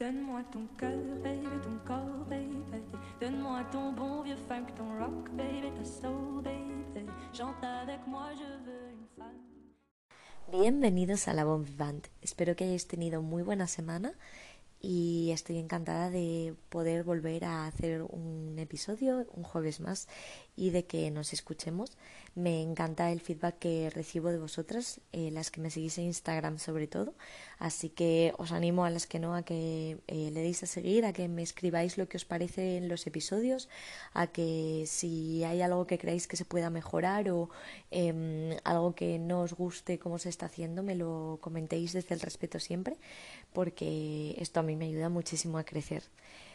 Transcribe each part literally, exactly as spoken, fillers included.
Donne-moi ton cœur, baby, ton corps, baby. Donne-moi ton bon vieux funk, ton rock, baby, ta soul, baby. Chante avec moi, je veux une femme. Bienvenidos a la Bomb Band. Espero que hayáis tenido muy buena semana y estoy encantada de poder volver a hacer un episodio un jueves más y de que nos escuchemos. Me encanta el feedback que recibo de vosotras, eh, las que me seguís en Instagram sobre todo, así que os animo a las que no a que eh, le deis a seguir, a que me escribáis lo que os parece en los episodios, a que si hay algo que creáis que se pueda mejorar o eh, algo que no os guste cómo se está haciendo, me lo comentéis desde el respeto siempre, porque esto a mí me ayuda muchísimo a crecer.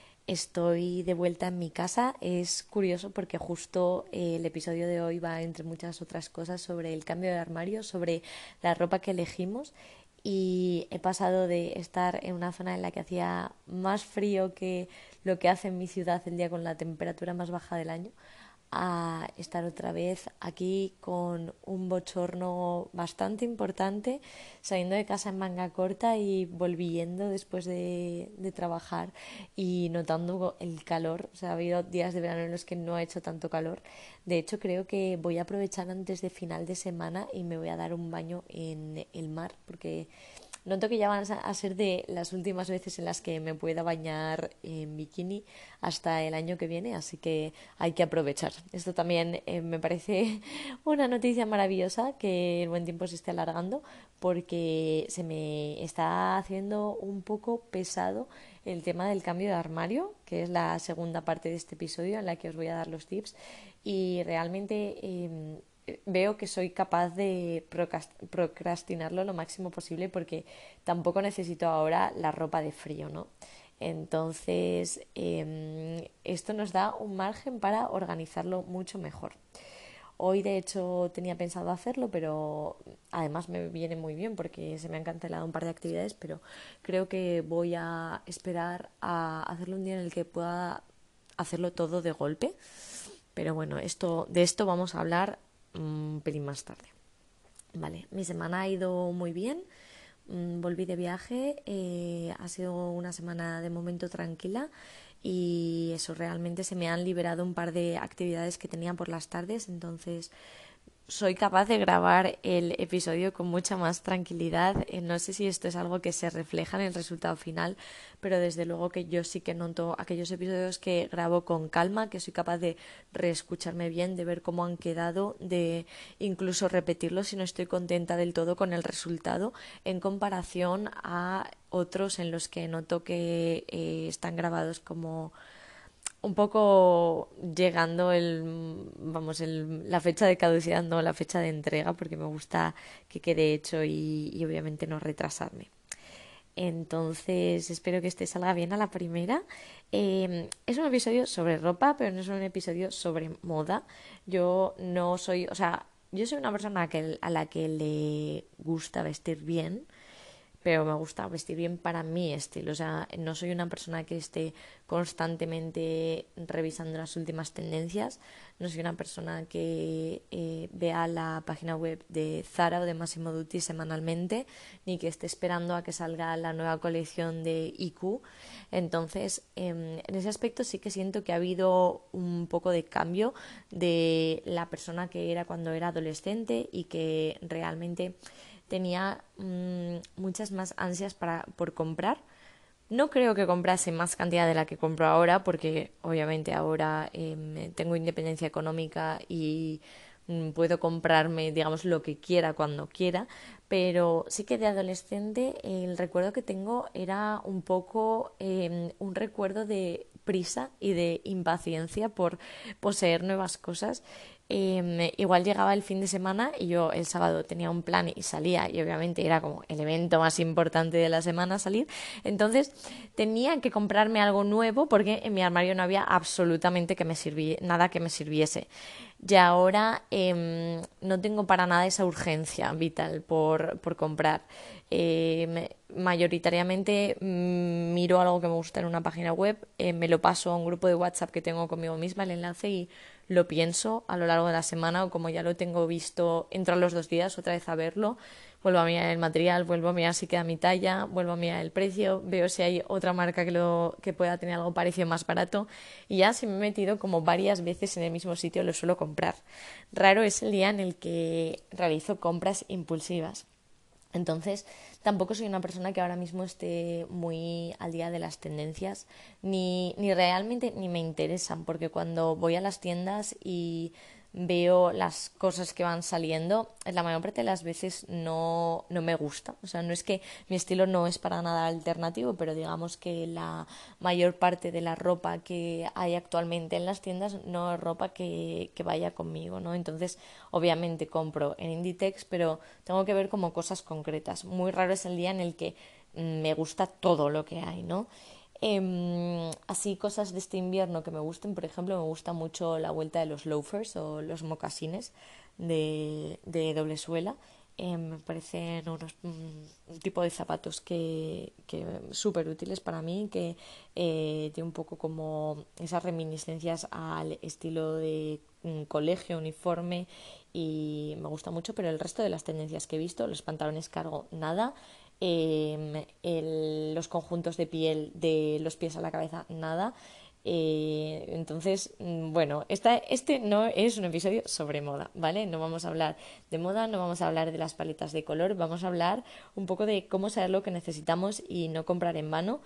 Estoy de vuelta en mi casa. Es curioso porque justo eh, el episodio de hoy va, entre muchas otras cosas, sobre el cambio de armario, sobre la ropa que elegimos, y he pasado de estar en una zona en la que hacía más frío que lo que hace en mi ciudad el día con la temperatura más baja del año a estar otra vez aquí con un bochorno bastante importante, saliendo de casa en manga corta y volviendo después de, de trabajar y notando el calor. O sea, ha habido días de verano en los que no ha hecho tanto calor. De hecho, creo que voy a aprovechar antes de final de semana y me voy a dar un baño en el mar, porque noto que ya van a ser de las últimas veces en las que me pueda bañar en bikini hasta el año que viene, así que hay que aprovechar. Esto también eh, me parece una noticia maravillosa, que el buen tiempo se esté alargando, porque se me está haciendo un poco pesado el tema del cambio de armario, que es la segunda parte de este episodio en la que os voy a dar los tips, y realmente eh, veo que soy capaz de procrastinarlo lo máximo posible, porque tampoco necesito ahora la ropa de frío, ¿no? Entonces, eh, esto nos da un margen para organizarlo mucho mejor. Hoy, de hecho, tenía pensado hacerlo, pero además me viene muy bien porque se me han cancelado un par de actividades, pero creo que voy a esperar a hacerlo un día en el que pueda hacerlo todo de golpe. Pero bueno, esto, de esto vamos a hablar un pelín más tarde. Vale, mi semana ha ido muy bien. Mm, volví de viaje, eh, ha sido una semana de momento tranquila, y eso, realmente se me han liberado un par de actividades que tenía por las tardes, entonces soy capaz de grabar el episodio con mucha más tranquilidad. Eh, no sé si esto es algo que se refleja en el resultado final, pero desde luego que yo sí que noto aquellos episodios que grabo con calma, que soy capaz de reescucharme bien, de ver cómo han quedado, de incluso repetirlos si no estoy contenta del todo con el resultado, en comparación a otros en los que noto que eh, están grabados como un poco llegando el, vamos, el, la fecha de caducidad, no la fecha de entrega, porque me gusta que quede hecho y, y obviamente no retrasarme. Entonces espero que este salga bien a la primera. Eh, es un episodio sobre ropa, pero no es un episodio sobre moda. Yo no soy, o sea, yo soy una persona a, que, a la que le gusta vestir bien, pero me gusta vestir bien para mi estilo. O sea, no soy una persona que esté constantemente revisando las últimas tendencias, no soy una persona que eh, vea la página web de Zara o de Massimo Dutti semanalmente, ni que esté esperando a que salga la nueva colección de I Q. Entonces, eh, en ese aspecto sí que siento que ha habido un poco de cambio de la persona que era cuando era adolescente, y que realmente tenía mmm, muchas más ansias para, por comprar. No creo que comprase más cantidad de la que compro ahora, porque obviamente ahora eh, tengo independencia económica y mm, puedo comprarme, digamos, lo que quiera cuando quiera, pero sí que de adolescente el recuerdo que tengo era un poco eh, un recuerdo de prisa y de impaciencia por poseer nuevas cosas. Eh, igual llegaba el fin de semana y yo el sábado tenía un plan y salía, y obviamente era como el evento más importante de la semana salir, entonces tenía que comprarme algo nuevo porque en mi armario no había absolutamente que me sirvi- nada que me sirviese. Y ahora eh, no tengo para nada esa urgencia vital por, por comprar. Eh, me, mayoritariamente mm, miro algo que me gusta en una página web, eh, me lo paso a un grupo de WhatsApp que tengo conmigo misma, el enlace, y lo pienso a lo largo de la semana, o como ya lo tengo visto, entro a los dos días otra vez a verlo. vuelvo a mirar el material, vuelvo a mirar si queda mi talla, vuelvo a mirar el precio, veo si hay otra marca que, lo, que pueda tener algo parecido más barato y ya si me he metido como varias veces en el mismo sitio lo suelo comprar. Raro es el día en el que realizo compras impulsivas. Entonces, tampoco soy una persona que ahora mismo esté muy al día de las tendencias, ni, ni realmente ni me interesan, porque cuando voy a las tiendas y veo las cosas que van saliendo, la mayor parte de las veces no, no me gusta. O sea, no es que mi estilo no es para nada alternativo, pero digamos que la mayor parte de la ropa que hay actualmente en las tiendas no es ropa que, que vaya conmigo, ¿no? Entonces, obviamente compro en Inditex, pero tengo que ver como cosas concretas. Muy raro es el día en el que mm, me gusta todo lo que hay, ¿no? Eh, así cosas de este invierno que me gusten, por ejemplo, me gusta mucho la vuelta de los loafers o los mocasines de, de doble suela. Eh, me parecen unos, mm, un tipo de zapatos que, que súper útiles para mí, que eh, tiene un poco como esas reminiscencias al estilo de mm, colegio, uniforme, y me gusta mucho, pero el resto de las tendencias que he visto, los pantalones cargo nada, eh, el, los conjuntos de piel de los pies a la cabeza nada. Eh, entonces, bueno, esta, este no es un episodio sobre moda, ¿vale? No vamos a hablar de moda, no vamos a hablar de las paletas de color, vamos a hablar un poco de cómo saber lo que necesitamos y no comprar en vano,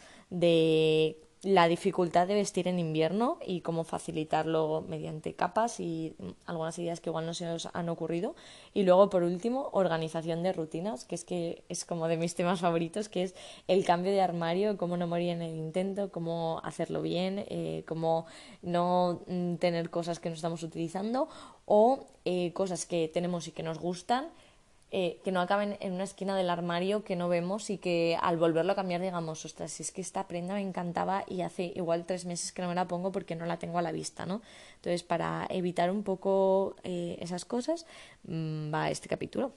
de la dificultad de vestir en invierno y cómo facilitarlo mediante capas y algunas ideas que igual no se os han ocurrido. Y luego, por último, organización de rutinas, que es que es como de mis temas favoritos, que es el cambio de armario, cómo no morir en el intento, cómo hacerlo bien, eh, cómo no mm, tener cosas que no estamos utilizando o eh, cosas que tenemos y que nos gustan, eh, que no acaben en una esquina del armario que no vemos y que al volverlo a cambiar digamos, ostras, si es que esta prenda me encantaba y hace igual tres meses que no me la pongo porque no la tengo a la vista, ¿no? Entonces, para evitar un poco eh, esas cosas, mmm, va este capítulo.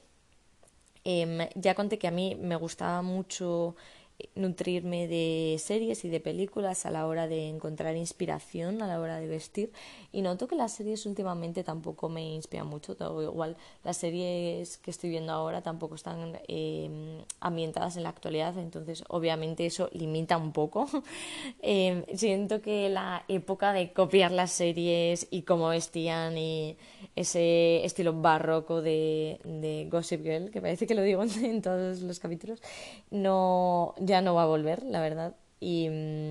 Eh, ya conté que a mí me gustaba mucho nutrirme de series y de películas a la hora de encontrar inspiración a la hora de vestir, y noto que las series últimamente tampoco me inspiran mucho. Igual las series que estoy viendo ahora tampoco están eh, ambientadas en la actualidad, entonces obviamente eso limita un poco. eh, siento que la época de copiar las series y cómo vestían y ese estilo barroco de, de Gossip Girl, que parece que lo digo en todos los capítulos, no, ya no va a volver, la verdad, y,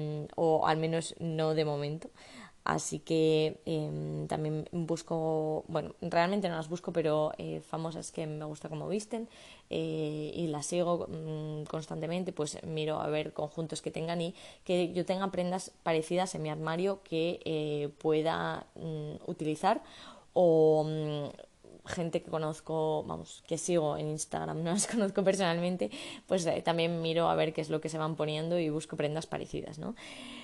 o al menos no de momento. Así que eh, también busco, bueno, realmente no las busco, pero eh, famosas que me gusta cómo visten eh, y las sigo mm, constantemente, pues miro a ver conjuntos que tengan y que yo tenga prendas parecidas en mi armario que eh, pueda mm, utilizar o mm, gente que conozco, vamos, que sigo en Instagram, no las conozco personalmente, pues eh, también miro a ver qué es lo que se van poniendo y busco prendas parecidas, ¿no?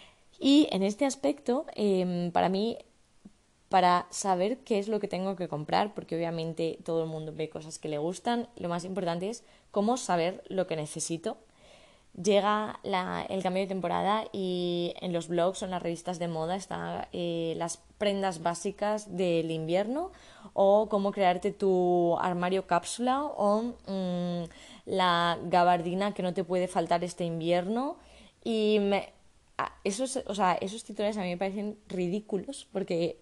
Y en este aspecto, eh, para mí, para saber qué es lo que tengo que comprar, porque obviamente todo el mundo ve cosas que le gustan, lo más importante es cómo saber lo que necesito. Llega la, el cambio de temporada y en los blogs o en las revistas de moda están eh, las prendas básicas del invierno o cómo crearte tu armario cápsula o mmm, la gabardina que no te puede faltar este invierno. Y me, esos, o sea, esos titulares a mí me parecen ridículos porque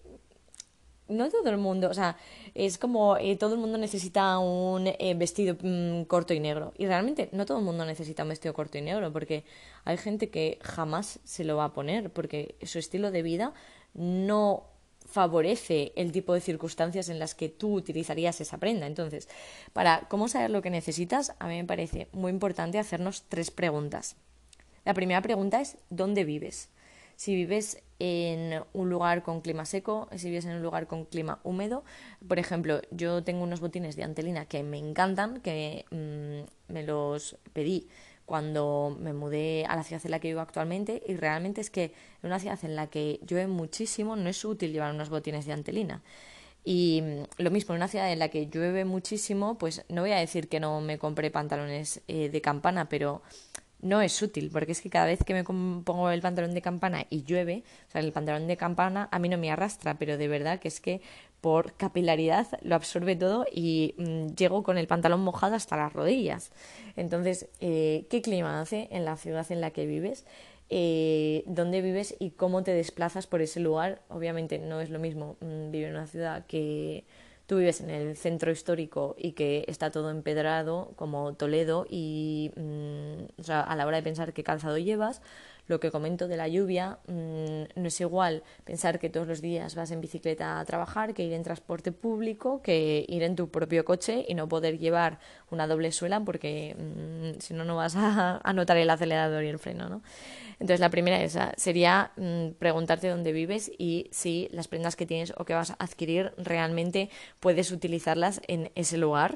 no todo el mundo, o sea, es como eh, todo el mundo necesita un eh, vestido mmm, corto y negro. Y realmente no todo el mundo necesita un vestido corto y negro, porque hay gente que jamás se lo va a poner, porque su estilo de vida no favorece el tipo de circunstancias en las que tú utilizarías esa prenda. Entonces, para cómo saber lo que necesitas, a mí me parece muy importante hacernos tres preguntas. La primera pregunta es ¿dónde vives? Si vives en un lugar con clima seco, si vives en un lugar con clima húmedo. Por ejemplo, yo tengo unos botines de Antelina que me encantan, que mmm, me los pedí cuando me mudé a la ciudad en la que vivo actualmente, y realmente es que en una ciudad en la que llueve muchísimo no es útil llevar unos botines de Antelina. Y lo mismo, en una ciudad en la que llueve muchísimo, pues no voy a decir que no me compré pantalones eh, de campana, pero no es útil, porque es que cada vez que me pongo el pantalón de campana y llueve, o sea, el pantalón de campana a mí no me arrastra, pero de verdad que es que por capilaridad lo absorbe todo y mmm, llego con el pantalón mojado hasta las rodillas. Entonces, eh, ¿qué clima hace en la ciudad en la que vives? Eh, ¿Dónde vives y cómo te desplazas por ese lugar? Obviamente no es lo mismo mmm, vivir en una ciudad que tú vives en el centro histórico y que está todo empedrado, como Toledo, y mmm, o sea, a la hora de pensar qué calzado llevas, lo que comento de la lluvia, mmm, no es igual pensar que todos los días vas en bicicleta a trabajar, que ir en transporte público, que ir en tu propio coche y no poder llevar una doble suela porque mmm, si no, no vas a, a notar el acelerador y el freno, ¿no? Entonces la primera esa sería mmm, preguntarte dónde vives y si las prendas que tienes o que vas a adquirir realmente puedes utilizarlas en ese lugar.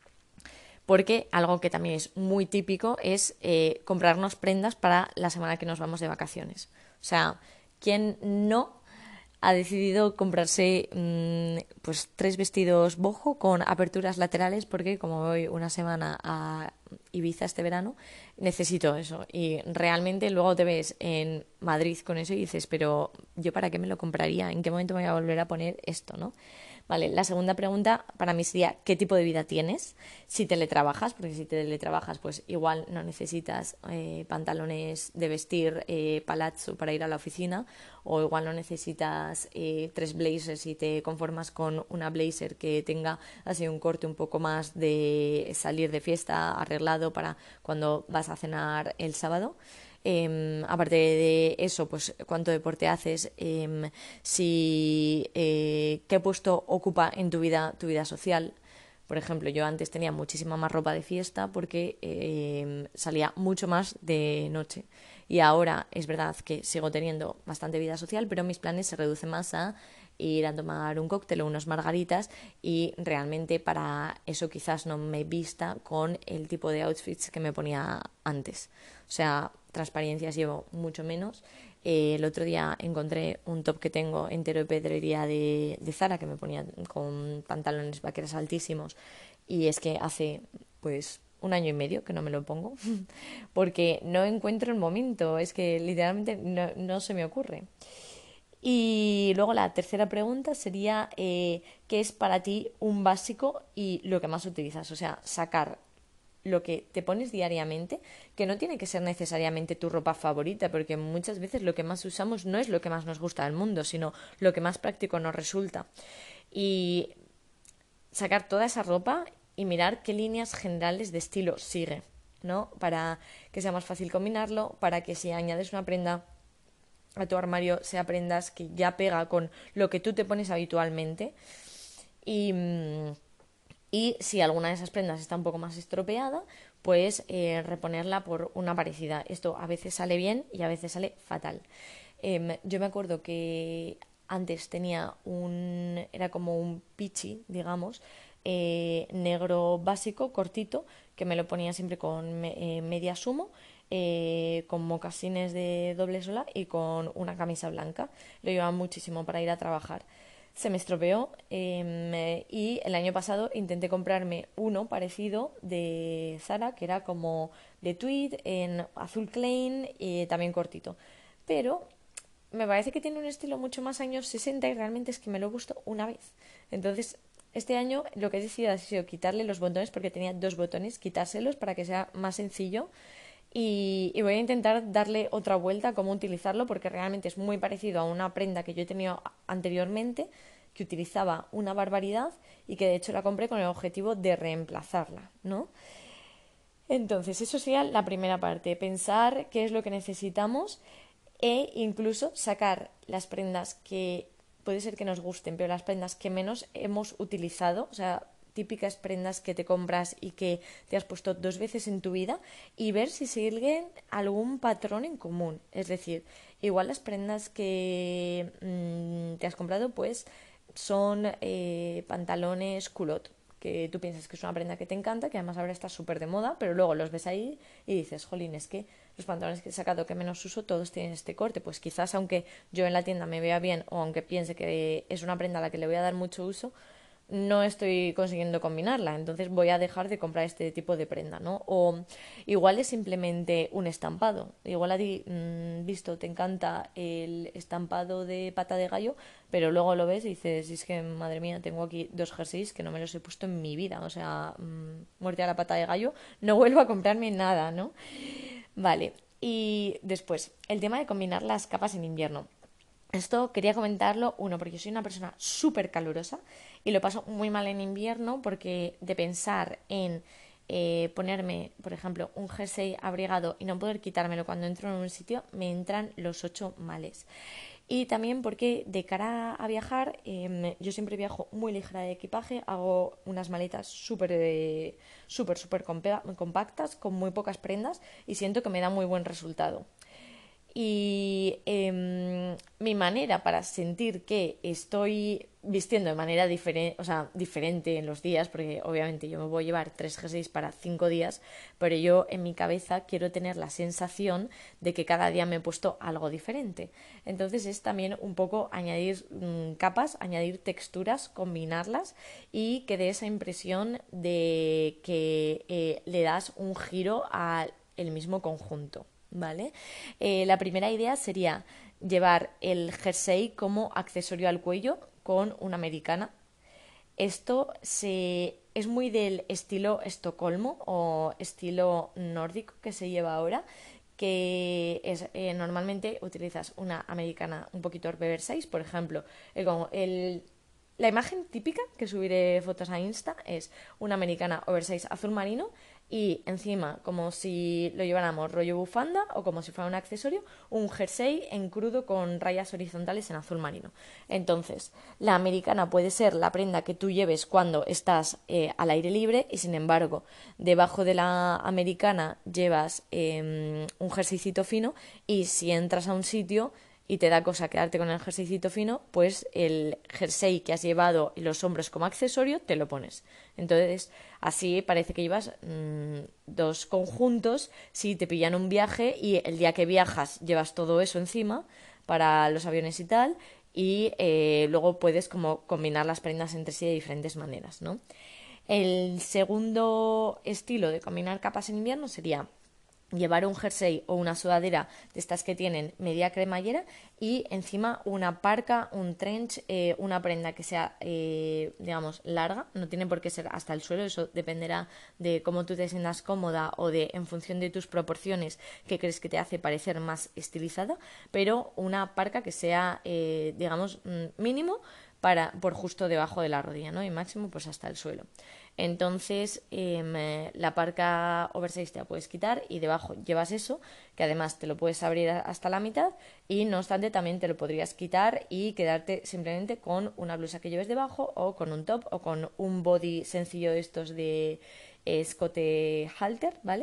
Porque algo que también es muy típico es eh, comprarnos prendas para la semana que nos vamos de vacaciones. O sea, ¿quién no ha decidido comprarse mmm, pues tres vestidos boho con aperturas laterales porque como voy una semana a Ibiza este verano, necesito eso? Y realmente luego te ves en Madrid con eso y dices, pero ¿yo para qué me lo compraría? ¿En qué momento me voy a volver a poner esto, no? Vale, la segunda pregunta para mí sería ¿qué tipo de vida tienes? Si teletrabajas, porque si teletrabajas pues igual no necesitas eh, pantalones de vestir eh, palazzo para ir a la oficina, o igual no necesitas eh, tres blazers y te conformas con una blazer que tenga así un corte un poco más de salir de fiesta arreglado para cuando vas a cenar el sábado. Eh, aparte de eso, pues cuánto deporte haces, eh, si eh, qué puesto ocupa en tu vida tu vida social. Por ejemplo, yo antes tenía muchísima más ropa de fiesta porque eh, salía mucho más de noche. Y ahora es verdad que sigo teniendo bastante vida social, pero mis planes se reducen más a ir a tomar un cóctel o unas margaritas, y realmente para eso quizás no me vista con el tipo de outfits que me ponía antes. O sea, transparencias llevo mucho menos. Eh, el otro día encontré un top que tengo entero de pedrería de, de Zara que me ponía con pantalones vaqueros altísimos, y es que hace pues un año y medio que no me lo pongo porque no encuentro el momento, es que literalmente no, no se me ocurre. Y luego la tercera pregunta sería eh, ¿qué es para ti un básico y lo que más utilizas? O sea, sacar lo que te pones diariamente, que no tiene que ser necesariamente tu ropa favorita, porque muchas veces lo que más usamos no es lo que más nos gusta del mundo, sino lo que más práctico nos resulta. Y sacar toda esa ropa y mirar qué líneas generales de estilo sigue, ¿no? Para que sea más fácil combinarlo, para que si añades una prenda a tu armario sea prendas que ya pega con lo que tú te pones habitualmente. Y... Mmm, y si alguna de esas prendas está un poco más estropeada, pues eh, reponerla por una parecida. Esto a veces sale bien y a veces sale fatal. Eh, yo me acuerdo que antes tenía un... era como un pichi, digamos, eh, negro básico, cortito, que me lo ponía siempre con me, eh, media sumo, eh, con mocasines de doble sola y con una camisa blanca. Lo llevaba muchísimo para ir a trabajar. Se me estropeó eh, y el año pasado intenté comprarme uno parecido de Zara, que era como de tweed, en azul Klein y también cortito. Pero me parece que tiene un estilo mucho más años sesenta y realmente es que me lo he puesto una vez. Entonces, este año lo que he decidido ha sido quitarle los botones, porque tenía dos botones, quitárselos para que sea más sencillo. Y, y voy a intentar darle otra vuelta a cómo utilizarlo, porque realmente es muy parecido a una prenda que yo he tenido anteriormente, que utilizaba una barbaridad y que de hecho la compré con el objetivo de reemplazarla, ¿no? Entonces, eso sería la primera parte, pensar qué es lo que necesitamos e incluso sacar las prendas que puede ser que nos gusten, pero las prendas que menos hemos utilizado, o sea, típicas prendas que te compras y que te has puesto dos veces en tu vida, y ver si siguen algún patrón en común. Es decir, igual las prendas que mmm, te has comprado pues son eh, pantalones culot, que tú piensas que es una prenda que te encanta, que además ahora está súper de moda, pero luego los ves ahí y dices, jolín, es que los pantalones que he sacado que menos uso todos tienen este corte. Pues quizás aunque yo en la tienda me vea bien o aunque piense que es una prenda a la que le voy a dar mucho uso, no estoy consiguiendo combinarla, entonces voy a dejar de comprar este tipo de prenda, ¿no? O igual es simplemente un estampado. Igual a ti, mmm, visto, te encanta el estampado de pata de gallo, pero luego lo ves y dices, es que madre mía, tengo aquí dos jerseys que no me los he puesto en mi vida, o sea, mmm, muerte a la pata de gallo, no vuelvo a comprarme nada, ¿no? Vale, y después, el tema de combinar las capas en invierno. Esto quería comentarlo, uno, porque yo soy una persona súper calurosa y lo paso muy mal en invierno porque de pensar en eh, ponerme, por ejemplo, un jersey abrigado y no poder quitármelo cuando entro en un sitio, me entran los ocho males. Y también porque de cara a viajar, eh, yo siempre viajo muy ligera de equipaje, hago unas maletas súper, eh, súper, súper compactas, con muy pocas prendas y siento que me da muy buen resultado. Y eh, mi manera para sentir que estoy vistiendo de manera diferente, o sea, diferente en los días, porque obviamente yo me voy a llevar tres jerseys para cinco días, pero yo en mi cabeza quiero tener la sensación de que cada día me he puesto algo diferente. Entonces es también un poco añadir mmm, capas, añadir texturas, combinarlas y que dé esa impresión de que eh, le das un giro al mismo conjunto. ¿Vale? Eh, la primera idea sería llevar el jersey como accesorio al cuello con una americana. Esto se, es muy del estilo Estocolmo o estilo nórdico que se lleva ahora, que es eh, normalmente utilizas una americana un poquito oversize, por ejemplo, el, el la imagen típica que subiré fotos a Insta es una americana oversize azul marino y encima, como si lo lleváramos rollo bufanda o como si fuera un accesorio, un jersey en crudo con rayas horizontales en azul marino. Entonces, la americana puede ser la prenda que tú lleves cuando estás eh, al aire libre y sin embargo, debajo de la americana llevas eh, un jerseycito fino y si entras a un sitio y te da cosa quedarte con el jerseycito fino, pues el jersey que has llevado y los hombros como accesorio te lo pones. Entonces, así parece que llevas mmm, dos conjuntos si te pillan un viaje y el día que viajas llevas todo eso encima para los aviones y tal y eh, luego puedes como combinar las prendas entre sí de diferentes maneras, ¿no? El segundo estilo de combinar capas en invierno sería llevar un jersey o una sudadera de estas que tienen media cremallera y encima una parca, un trench, eh, una prenda que sea, eh, digamos, larga, no tiene por qué ser hasta el suelo, eso dependerá de cómo tú te sientas cómoda o de en función de tus proporciones que crees que te hace parecer más estilizada, pero una parca que sea, eh, digamos, mínimo para, por justo debajo de la rodilla, ¿no? Y máximo pues hasta el suelo. Entonces eh, la parca oversize te la puedes quitar y debajo llevas eso, que además te lo puedes abrir hasta la mitad y no obstante también te lo podrías quitar y quedarte simplemente con una blusa que lleves debajo o con un top o con un body sencillo de estos de eh, escote halter, ¿vale?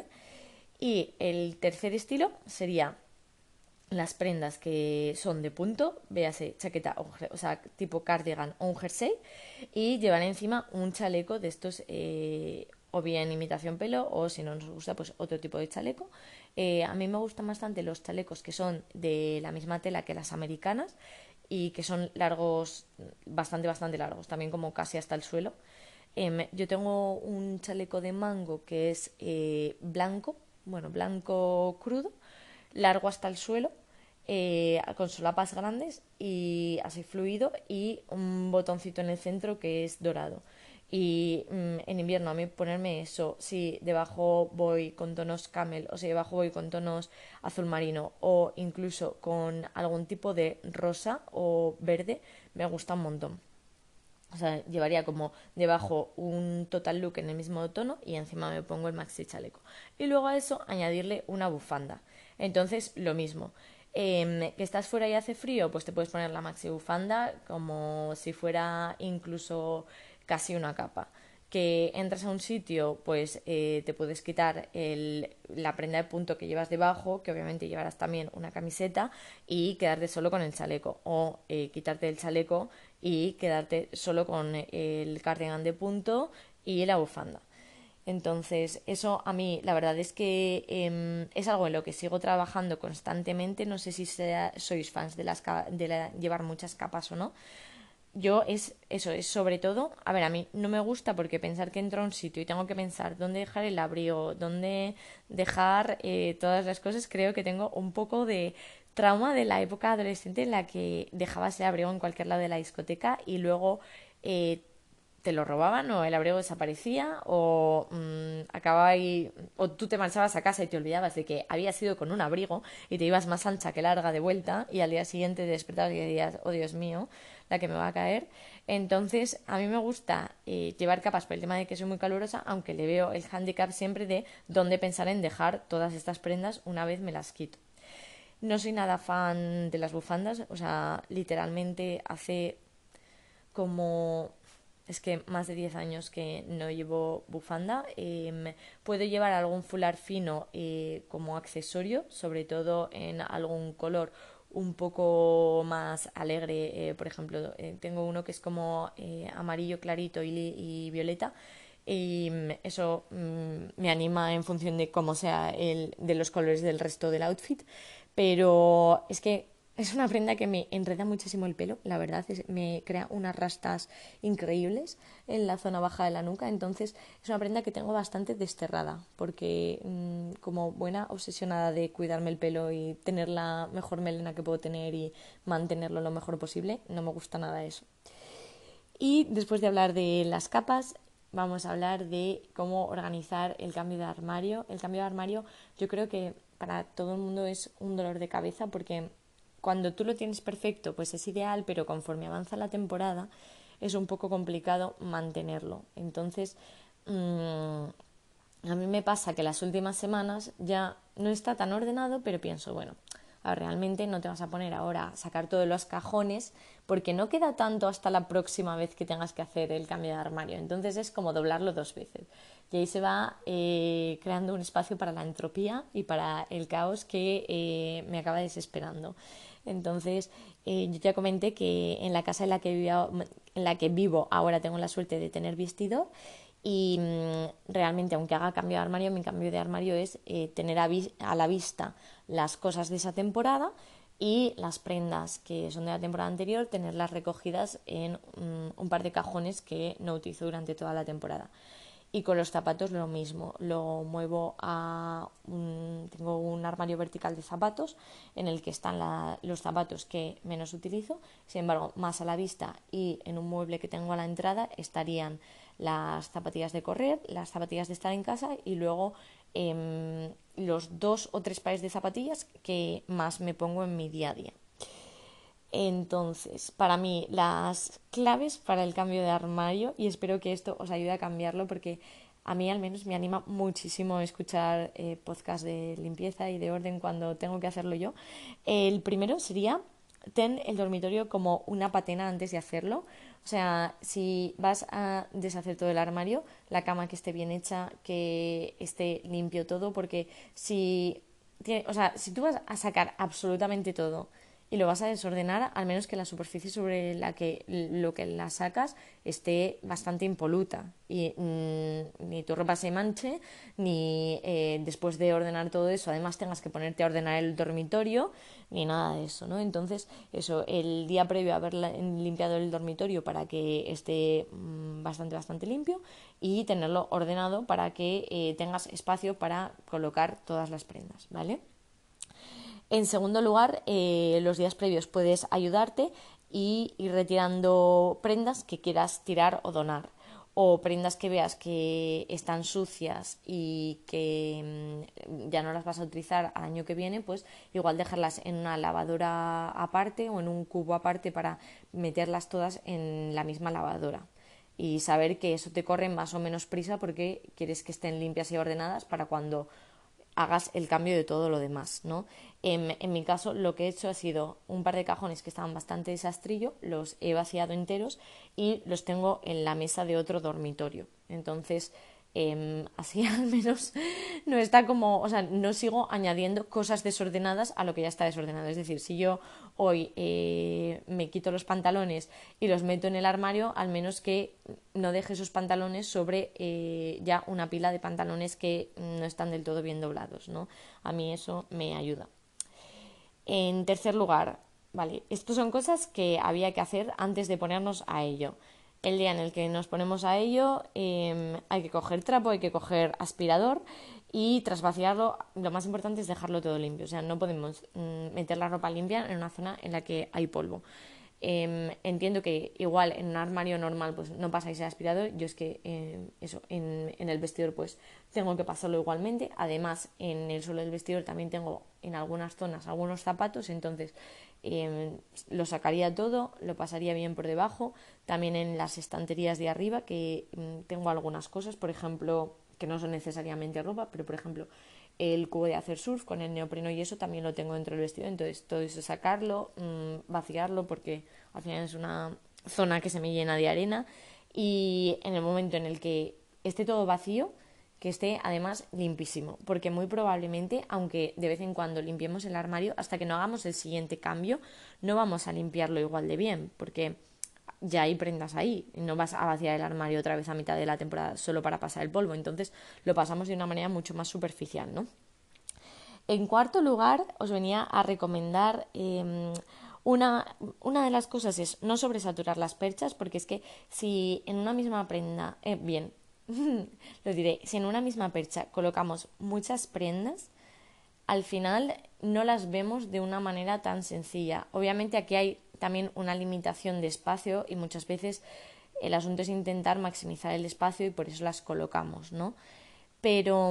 Y el tercer estilo sería las prendas que son de punto, véase chaqueta, o, o sea, tipo cardigan o un jersey, y llevar encima un chaleco de estos, eh, o bien imitación pelo, o si no nos gusta, pues otro tipo de chaleco. Eh, a mí me gustan bastante los chalecos que son de la misma tela que las americanas y que son largos, bastante, bastante largos, también como casi hasta el suelo. Eh, yo tengo un chaleco de mango que es eh, blanco, bueno, blanco crudo, largo hasta el suelo, eh, con solapas grandes y así fluido y un botoncito en el centro que es dorado. Y mmm, en invierno a mí ponerme eso, si debajo voy con tonos camel o si debajo voy con tonos azul marino o incluso con algún tipo de rosa o verde, me gusta un montón. O sea, llevaría como debajo un total look en el mismo tono y encima me pongo el maxi chaleco. Y luego a eso añadirle una bufanda. Entonces, lo mismo. Eh, que estás fuera y hace frío, pues te puedes poner la maxi bufanda como si fuera incluso casi una capa. Que entras a un sitio, pues eh, te puedes quitar el, la prenda de punto que llevas debajo, que obviamente llevarás también una camiseta, y quedarte solo con el chaleco. O eh, quitarte el chaleco y quedarte solo con el cardigan de punto y la bufanda. Entonces, eso a mí, la verdad es que eh, es algo en lo que sigo trabajando constantemente. No sé si sea, sois fans de, las, de la, llevar muchas capas o no, yo es eso, es sobre todo, a ver, a mí no me gusta porque pensar que entro a un sitio y tengo que pensar dónde dejar el abrigo, dónde dejar eh, todas las cosas, creo que tengo un poco de trauma de la época adolescente en la que dejabas el abrigo en cualquier lado de la discoteca y luego eh, te lo robaban o el abrigo desaparecía o mmm, acababa ahí, o tú te marchabas a casa y te olvidabas de que habías ido con un abrigo y te ibas más ancha que larga de vuelta y al día siguiente te despertabas y decías, oh Dios mío, la que me va a caer. Entonces a mí me gusta eh, llevar capas por el tema de que soy muy calurosa, aunque le veo el hándicap siempre de dónde pensar en dejar todas estas prendas una vez me las quito. No soy nada fan de las bufandas, o sea, literalmente hace como es que más de diez años que no llevo bufanda. Eh, puedo llevar algún fular fino eh, como accesorio, sobre todo en algún color un poco más alegre. Eh, por ejemplo, eh, tengo uno que es como eh, amarillo clarito y, y violeta. Y eso mmm, me anima en función de cómo sea el de los colores del resto del outfit. Pero es que es una prenda que me enreda muchísimo el pelo, la verdad, es, me crea unas rastas increíbles en la zona baja de la nuca, entonces es una prenda que tengo bastante desterrada, porque mmm, como buena obsesionada de cuidarme el pelo y tener la mejor melena que puedo tener y mantenerlo lo mejor posible, no me gusta nada eso. Y después de hablar de las capas, vamos a hablar de cómo organizar el cambio de armario. El cambio de armario yo creo que para todo el mundo es un dolor de cabeza porque cuando tú lo tienes perfecto pues es ideal, pero conforme avanza la temporada es un poco complicado mantenerlo. Entonces mmm, a mí me pasa que las últimas semanas ya no está tan ordenado, pero pienso, bueno, a ver, realmente no te vas a poner ahora a sacar todos los cajones porque no queda tanto hasta la próxima vez que tengas que hacer el cambio de armario. Entonces es como doblarlo dos veces. Y ahí se va eh, creando un espacio para la entropía y para el caos que eh, me acaba desesperando. Entonces, eh, yo ya comenté que en la casa en la que, vivo, en la que vivo ahora tengo la suerte de tener vestidor y mmm, realmente aunque haga cambio de armario, mi cambio de armario es eh, tener a, vi- a la vista las cosas de esa temporada y las prendas que son de la temporada anterior, tenerlas recogidas en mmm, un par de cajones que no utilizo durante toda la temporada. Y con los zapatos lo mismo, lo muevo a un, tengo un armario vertical de zapatos en el que están la, los zapatos que menos utilizo, sin embargo más a la vista y en un mueble que tengo a la entrada estarían las zapatillas de correr, las zapatillas de estar en casa y luego eh, los dos o tres pares de zapatillas que más me pongo en mi día a día. Entonces, para mí, las claves para el cambio de armario, y espero que esto os ayude a cambiarlo porque a mí al menos me anima muchísimo escuchar eh, podcasts de limpieza y de orden cuando tengo que hacerlo yo. El primero sería, ten el dormitorio como una patena antes de hacerlo. O sea, si vas a deshacer todo el armario, la cama que esté bien hecha, que esté limpio todo, porque si, tiene, o sea, si tú vas a sacar absolutamente todo y lo vas a desordenar, al menos que la superficie sobre la que lo que la sacas esté bastante impoluta y mmm, ni tu ropa se manche ni eh, después de ordenar todo eso además tengas que ponerte a ordenar el dormitorio ni nada de eso, ¿no? Entonces eso, el día previo a haber limpiado el dormitorio para que esté mmm, bastante bastante limpio y tenerlo ordenado para que eh, tengas espacio para colocar todas las prendas, ¿vale? En segundo lugar, eh, los días previos puedes ayudarte y ir retirando prendas que quieras tirar o donar o prendas que veas que están sucias y que mmm, ya no las vas a utilizar al año que viene, pues igual dejarlas en una lavadora aparte o en un cubo aparte para meterlas todas en la misma lavadora y saber que eso te corre más o menos prisa porque quieres que estén limpias y ordenadas para cuando hagas el cambio de todo lo demás, ¿no? En, en mi caso lo que he hecho ha sido un par de cajones que estaban bastante desastrillo, los he vaciado enteros y los tengo en la mesa de otro dormitorio. Entonces, eh, así al menos no está como, o sea, no sigo añadiendo cosas desordenadas a lo que ya está desordenado. Es decir, si yo hoy eh, me quito los pantalones y los meto en el armario, al menos que no deje esos pantalones sobre eh, ya una pila de pantalones que no están del todo bien doblados, ¿no? A mí eso me ayuda. En tercer lugar, vale, estas son cosas que había que hacer antes de ponernos a ello. El día en el que nos ponemos a ello eh, hay que coger trapo, hay que coger aspirador y tras vaciarlo lo más importante es dejarlo todo limpio. O sea, no podemos mm, meter la ropa limpia en una zona en la que hay polvo. Eh, entiendo que igual en un armario normal pues no pasáis el aspirador, yo es que eh, eso en, en el vestidor pues tengo que pasarlo igualmente. Además en el suelo del vestidor también tengo en algunas zonas algunos zapatos, entonces eh, lo sacaría todo, lo pasaría bien por debajo. También en las estanterías de arriba que mm, tengo algunas cosas, por ejemplo, que no son necesariamente ropa, pero por ejemplo el cubo de hacer surf con el neopreno y eso también lo tengo dentro del vestido, entonces todo eso sacarlo, mmm, vaciarlo porque al final es una zona que se me llena de arena y en el momento en el que esté todo vacío, que esté además limpísimo, porque muy probablemente, aunque de vez en cuando limpiemos el armario, hasta que no hagamos el siguiente cambio, no vamos a limpiarlo igual de bien, porque ya hay prendas ahí, no vas a vaciar el armario otra vez a mitad de la temporada solo para pasar el polvo, entonces lo pasamos de una manera mucho más superficial, ¿no? En cuarto lugar, os venía a recomendar eh, una, una de las cosas es no sobresaturar las perchas, porque es que si en una misma prenda, eh, bien, lo diré, si en una misma percha colocamos muchas prendas, al final no las vemos de una manera tan sencilla. Obviamente aquí hay también una limitación de espacio y muchas veces el asunto es intentar maximizar el espacio y por eso las colocamos, ¿no? Pero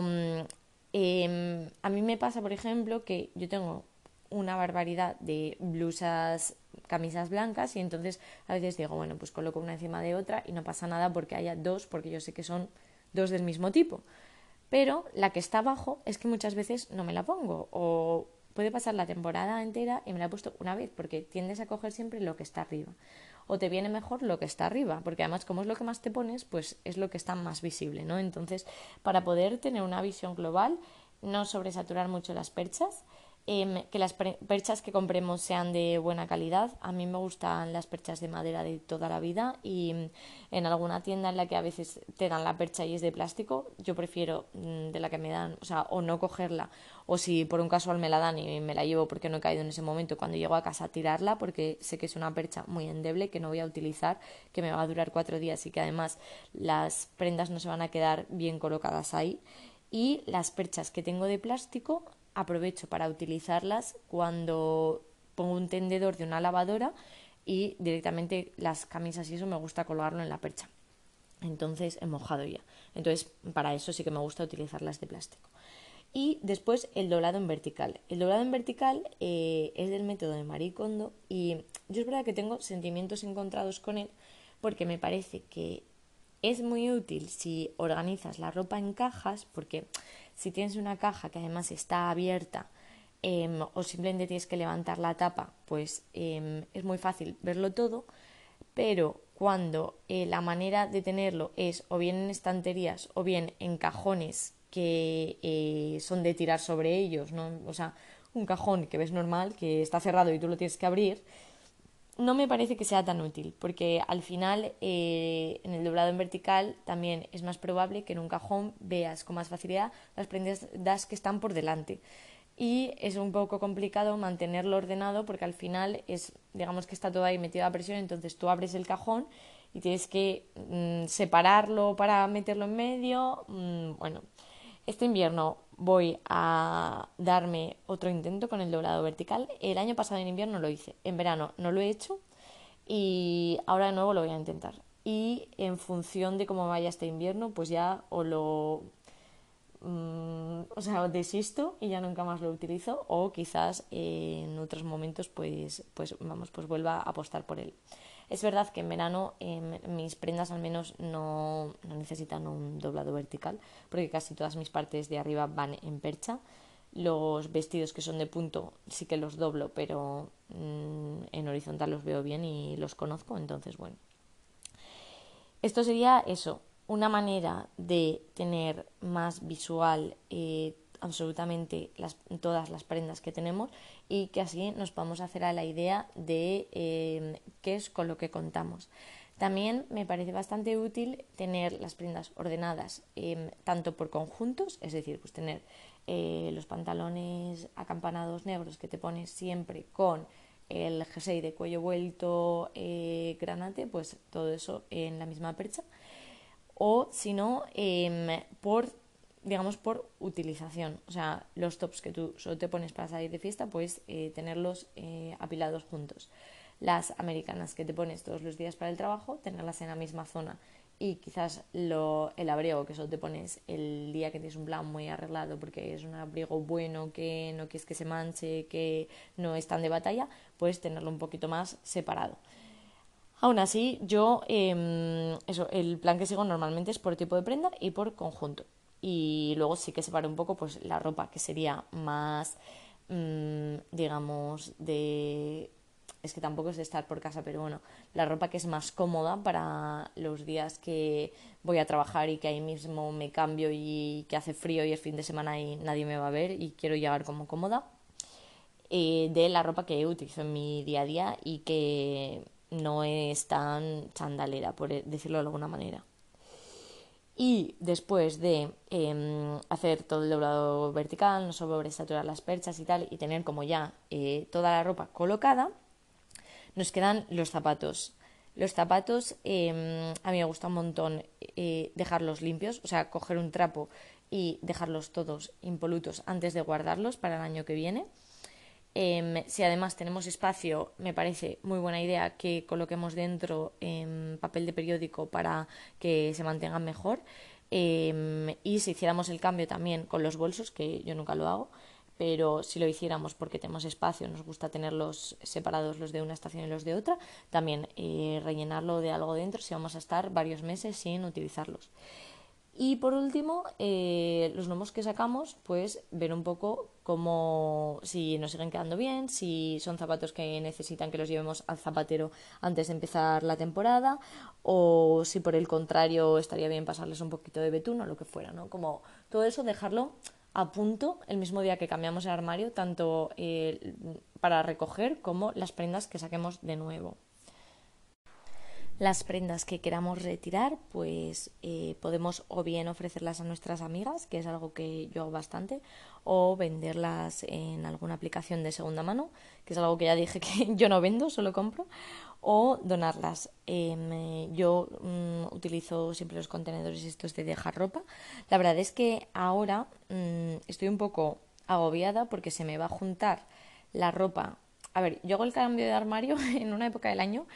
eh, a mí me pasa, por ejemplo, que yo tengo una barbaridad de blusas, camisas blancas y entonces a veces digo, bueno, pues coloco una encima de otra y no pasa nada porque haya dos, porque yo sé que son dos del mismo tipo. Pero la que está abajo es que muchas veces no me la pongo o puede pasar la temporada entera y me la he puesto una vez porque tiendes a coger siempre lo que está arriba o te viene mejor lo que está arriba porque además como es lo que más te pones pues es lo que está más visible, ¿no? Entonces para poder tener una visión global no sobresaturar mucho las perchas, eh, que las perchas que compremos sean de buena calidad. A mí me gustan las perchas de madera de toda la vida y en alguna tienda en la que a veces te dan la percha y es de plástico, yo prefiero mmm, de la que me dan, o sea, o no cogerla, o si por un casual me la dan y me la llevo porque no he caído en ese momento, cuando llego a casa a tirarla porque sé que es una percha muy endeble que no voy a utilizar, que me va a durar cuatro días y que además las prendas no se van a quedar bien colocadas ahí. Y las perchas que tengo de plástico aprovecho para utilizarlas cuando pongo un tendedor de una lavadora y directamente las camisas y eso me gusta colgarlo en la percha. Entonces he mojado ya. Entonces para eso sí que me gusta utilizarlas de plástico. Y después el doblado en vertical. El doblado en vertical eh, es del método de Marie Kondo y yo es verdad que tengo sentimientos encontrados con él porque me parece que es muy útil si organizas la ropa en cajas, porque si tienes una caja que además está abierta eh, o simplemente tienes que levantar la tapa, pues eh, es muy fácil verlo todo, pero cuando eh, la manera de tenerlo es o bien en estanterías o bien en cajones que eh, son de tirar sobre ellos, ¿no? O sea, un cajón que ves normal, que está cerrado y tú lo tienes que abrir, no me parece que sea tan útil, porque al final eh, en el doblado en vertical también es más probable que en un cajón veas con más facilidad las prendas que están por delante. Y es un poco complicado mantenerlo ordenado porque al final es, digamos que está todo ahí metido a presión, entonces tú abres el cajón y tienes que mmm, separarlo para meterlo en medio. Mmm, bueno, este invierno voy a darme otro intento con el doblado vertical. El año pasado en invierno lo hice, en verano no lo he hecho y ahora de nuevo lo voy a intentar. Y en función de cómo vaya este invierno, pues ya o lo... Mmm, o sea, desisto y ya nunca más lo utilizo o quizás eh, en otros momentos pues, pues, vamos, pues vuelva a apostar por él. Es verdad que en verano eh, mis prendas al menos no, no necesitan un doblado vertical porque casi todas mis partes de arriba van en percha. Los vestidos que son de punto sí que los doblo, pero mmm, en horizontal los veo bien y los conozco, entonces bueno. Esto sería eso, una manera de tener más visual eh, absolutamente las, todas las prendas que tenemos y que así nos podamos hacer a la idea de eh, qué es con lo que contamos. También me parece bastante útil tener las prendas ordenadas eh, tanto por conjuntos, es decir, pues tener eh, los pantalones acampanados negros que te pones siempre con el jersey de cuello vuelto, eh, granate, pues todo eso en la misma percha. O si no, eh, por, digamos, por utilización. O sea, los tops que tú solo te pones para salir de fiesta, pues eh, tenerlos eh, apilados juntos. Las americanas que te pones todos los días para el trabajo, tenerlas en la misma zona. Y quizás lo, el abrigo que solo te pones el día que tienes un plan muy arreglado porque es un abrigo bueno, que no quieres que se manche, que no es tan de batalla, puedes tenerlo un poquito más separado. Aún así, yo, eh, eso, el plan que sigo normalmente es por tipo de prenda y por conjunto. Y luego sí que separo un poco pues la ropa, que sería más, mmm, digamos, de... Es que tampoco es de estar por casa, pero bueno, la ropa que es más cómoda para los días que voy a trabajar y que ahí mismo me cambio y que hace frío y es fin de semana y nadie me va a ver y quiero llegar como cómoda. Eh, de la ropa que utilizo en mi día a día y que no es tan chandalera, por decirlo de alguna manera. Y después de eh, hacer todo el doblado vertical, no sobresaturar las perchas y tal, y tener como ya eh, toda la ropa colocada, nos quedan los zapatos. Los zapatos eh, a mí me gusta un montón eh, dejarlos limpios, o sea, coger un trapo y dejarlos todos impolutos antes de guardarlos para el año que viene. Eh, si además tenemos espacio, me parece muy buena idea que coloquemos dentro eh, papel de periódico para que se mantengan mejor. Eh, y si hiciéramos el cambio también con los bolsos, que yo nunca lo hago, pero si lo hiciéramos porque tenemos espacio, nos gusta tenerlos separados los de una estación y los de otra, también eh, rellenarlo de algo dentro si vamos a estar varios meses sin utilizarlos. Y por último, eh, los nuevos que sacamos, pues ver un poco cómo, si nos siguen quedando bien, si son zapatos que necesitan que los llevemos al zapatero antes de empezar la temporada, o si por el contrario estaría bien pasarles un poquito de betún o lo que fuera, ¿no? Como todo eso dejarlo a punto el mismo día que cambiamos el armario, tanto eh, para recoger como las prendas que saquemos de nuevo. Las prendas que queramos retirar, pues eh, podemos o bien ofrecerlas a nuestras amigas, que es algo que yo hago bastante, o venderlas en alguna aplicación de segunda mano, que es algo que ya dije que yo no vendo, solo compro, o donarlas. Eh, yo mm, utilizo siempre los contenedores estos de dejar ropa. La verdad es que ahora mm, estoy un poco agobiada porque se me va a juntar la ropa. A ver, yo hago el cambio de armario en una época del año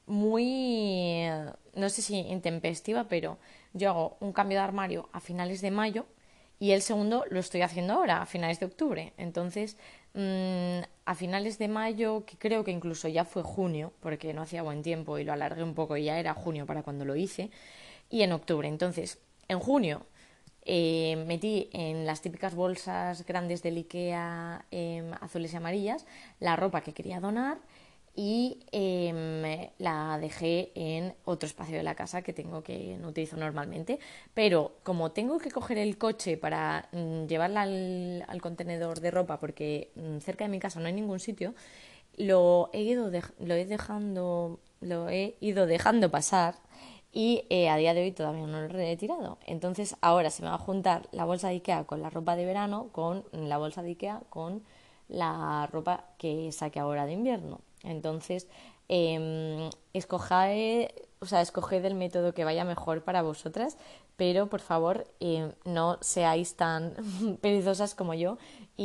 muy, no sé si intempestiva, pero yo hago un cambio de armario a finales de mayo y el segundo lo estoy haciendo ahora, a finales de octubre. Entonces, mmm, a finales de mayo, que creo que incluso ya fue junio, porque no hacía buen tiempo y lo alargué un poco y ya era junio para cuando lo hice, y en octubre. Entonces, en junio eh, metí en las típicas bolsas grandes del IKEA eh, azules y amarillas la ropa que quería donar y eh, la dejé en otro espacio de la casa que tengo que no utilizo normalmente, pero como tengo que coger el coche para mm, llevarla al, al contenedor de ropa porque mm, cerca de mi casa no hay ningún sitio, lo he ido de, lo he dejando lo he ido dejando pasar y eh, a día de hoy todavía no lo he retirado. Entonces ahora se me va a juntar la bolsa de IKEA con la ropa de verano con la bolsa de IKEA con la ropa que saque ahora de invierno. Entonces, eh, escoged, o sea, escoged el método que vaya mejor para vosotras, pero por favor eh, no seáis tan perezosas como yo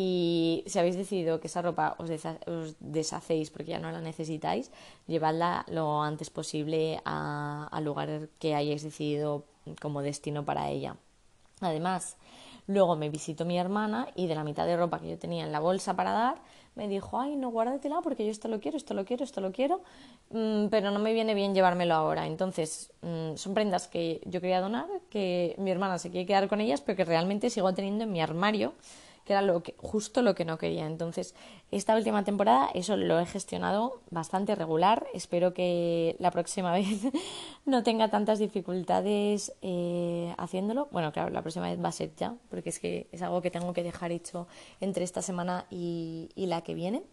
y si habéis decidido que esa ropa os, desha- os deshacéis porque ya no la necesitáis, llevadla lo antes posible a- al lugar que hayáis decidido como destino para ella. Además, luego me visitó mi hermana y de la mitad de ropa que yo tenía en la bolsa para dar, me dijo, ay, no, guárdatela porque yo esto lo quiero, esto lo quiero, esto lo quiero, mmm, pero no me viene bien llevármelo ahora. Entonces, mmm, son prendas que yo quería donar, que mi hermana se quiere quedar con ellas, pero que realmente sigo teniendo en mi armario, que era lo que, justo lo que no quería. Entonces, esta última temporada eso lo he gestionado bastante regular. Espero que la próxima vez no tenga tantas dificultades eh, haciéndolo. Bueno, claro, la próxima vez va a ser ya, porque es que es algo que tengo que dejar hecho entre esta semana y, y la que viene.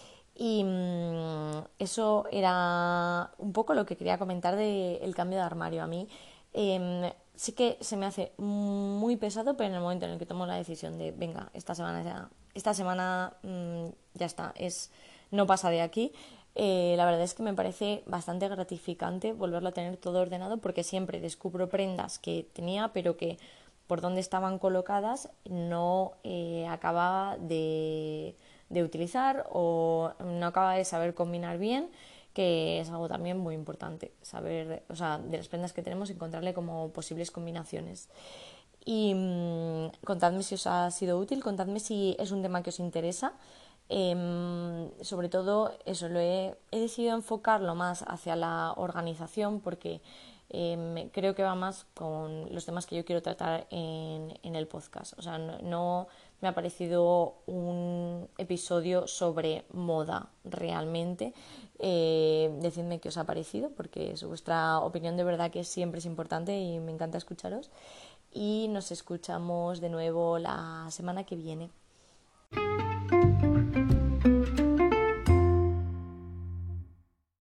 Y mmm, eso era un poco lo que quería comentar del cambio de armario. A mí eh, sí que se me hace muy pesado, pero en el momento en el que tomo la decisión de, venga, esta semana ya, esta semana mmm, ya está, es no pasa de aquí. Eh, la verdad es que me parece bastante gratificante volverlo a tener todo ordenado, porque siempre descubro prendas que tenía pero que por donde estaban colocadas no eh, acababa de, de utilizar o no acababa de saber combinar bien, que es algo también muy importante, saber, o sea, de las prendas que tenemos, encontrarle como posibles combinaciones. Y mmm, contadme si os ha sido útil, contadme si es un tema que os interesa. Eh, sobre todo eso, lo he, he decidido enfocarlo más hacia la organización, porque eh, creo que va más con los temas que yo quiero tratar en, en el podcast. O sea, no, no me ha parecido un episodio sobre moda realmente. Eh, decidme qué os ha parecido, porque es vuestra opinión, de verdad que siempre es importante y me encanta escucharos. Y nos escuchamos de nuevo la semana que viene.